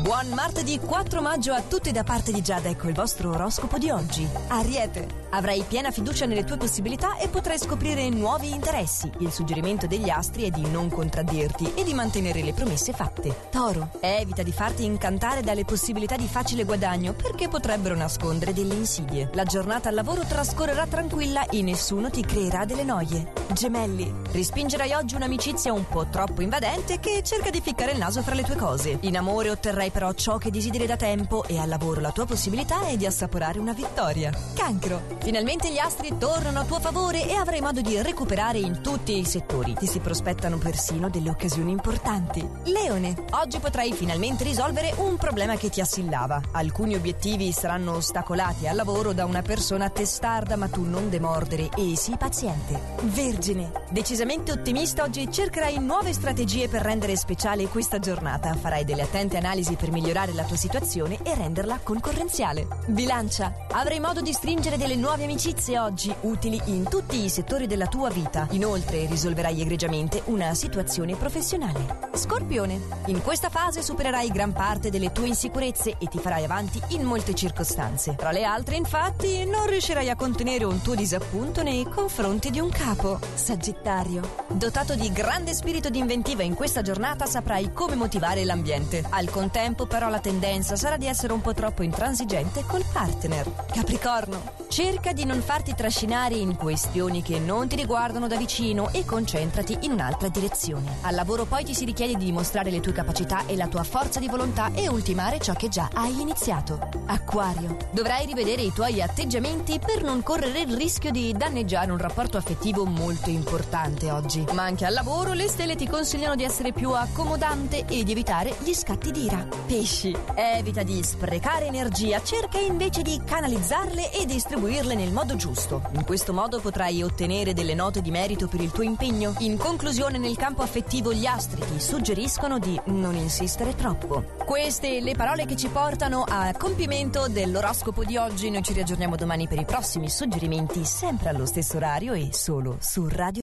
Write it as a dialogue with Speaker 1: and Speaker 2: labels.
Speaker 1: Buon martedì 4 maggio a tutti da parte di Giada. Ecco il vostro oroscopo di oggi. Ariete, avrai piena fiducia nelle tue possibilità e potrai scoprire nuovi interessi. Il suggerimento degli astri è di non contraddirti e di mantenere le promesse fatte. Toro, evita di farti incantare dalle possibilità di facile guadagno perché potrebbero nascondere delle insidie. La giornata al lavoro trascorrerà tranquilla e nessuno ti creerà delle noie. Gemelli, respingerai oggi un'amicizia un po' troppo invadente che cerca di ficcare il naso fra le tue cose. In amore otterrai però ciò che desideri da tempo e al lavoro la tua possibilità è di assaporare una vittoria. Cancro, finalmente gli astri tornano a tuo favore e avrai modo di recuperare in tutti i settori. Ti si prospettano persino delle occasioni importanti. Leone, oggi potrai finalmente risolvere un problema che ti assillava. Alcuni obiettivi saranno ostacolati al lavoro da una persona testarda, ma tu non demordere e sii paziente. Vergine, decisamente ottimista oggi, cercherai nuove strategie per rendere speciale questa giornata. Farai delle attente analisi per migliorare la tua situazione e renderla concorrenziale. Bilancia, avrai modo di stringere delle nuove amicizie oggi, utili in tutti i settori della tua vita. Inoltre risolverai egregiamente una situazione professionale. Scorpione, in questa fase supererai gran parte delle tue insicurezze e ti farai avanti in molte circostanze. Tra le altre, infatti, non riuscirai a contenere un tuo disappunto nei confronti di un capo. Sagittario, dotato di grande spirito di inventiva in questa giornata saprai come motivare l'ambiente. Al contempo però la tendenza sarà di essere un po' troppo intransigente col partner. Capricorno, cerca di non farti trascinare in questioni che non ti riguardano da vicino e concentrati in un'altra direzione. Al lavoro poi ti si richiede di dimostrare le tue capacità e la tua forza di volontà e ultimare ciò che già hai iniziato. Acquario, dovrai rivedere i tuoi atteggiamenti per non correre il rischio di danneggiare un rapporto affettivo molto importante oggi. Ma anche al lavoro le stelle ti consigliano di essere più accomodante e di evitare gli scatti d'ira. Pesci, evita di sprecare energia, cerca invece di canalizzarle e distribuirle nel modo giusto. In questo modo potrai ottenere delle note di merito per il tuo impegno. In conclusione, nel campo affettivo gli astri ti suggeriscono di non insistere troppo. Queste le parole che ci portano a compimento dell'oroscopo di oggi. Noi ci riaggiorniamo domani per i prossimi suggerimenti, sempre allo stesso orario e solo su Radio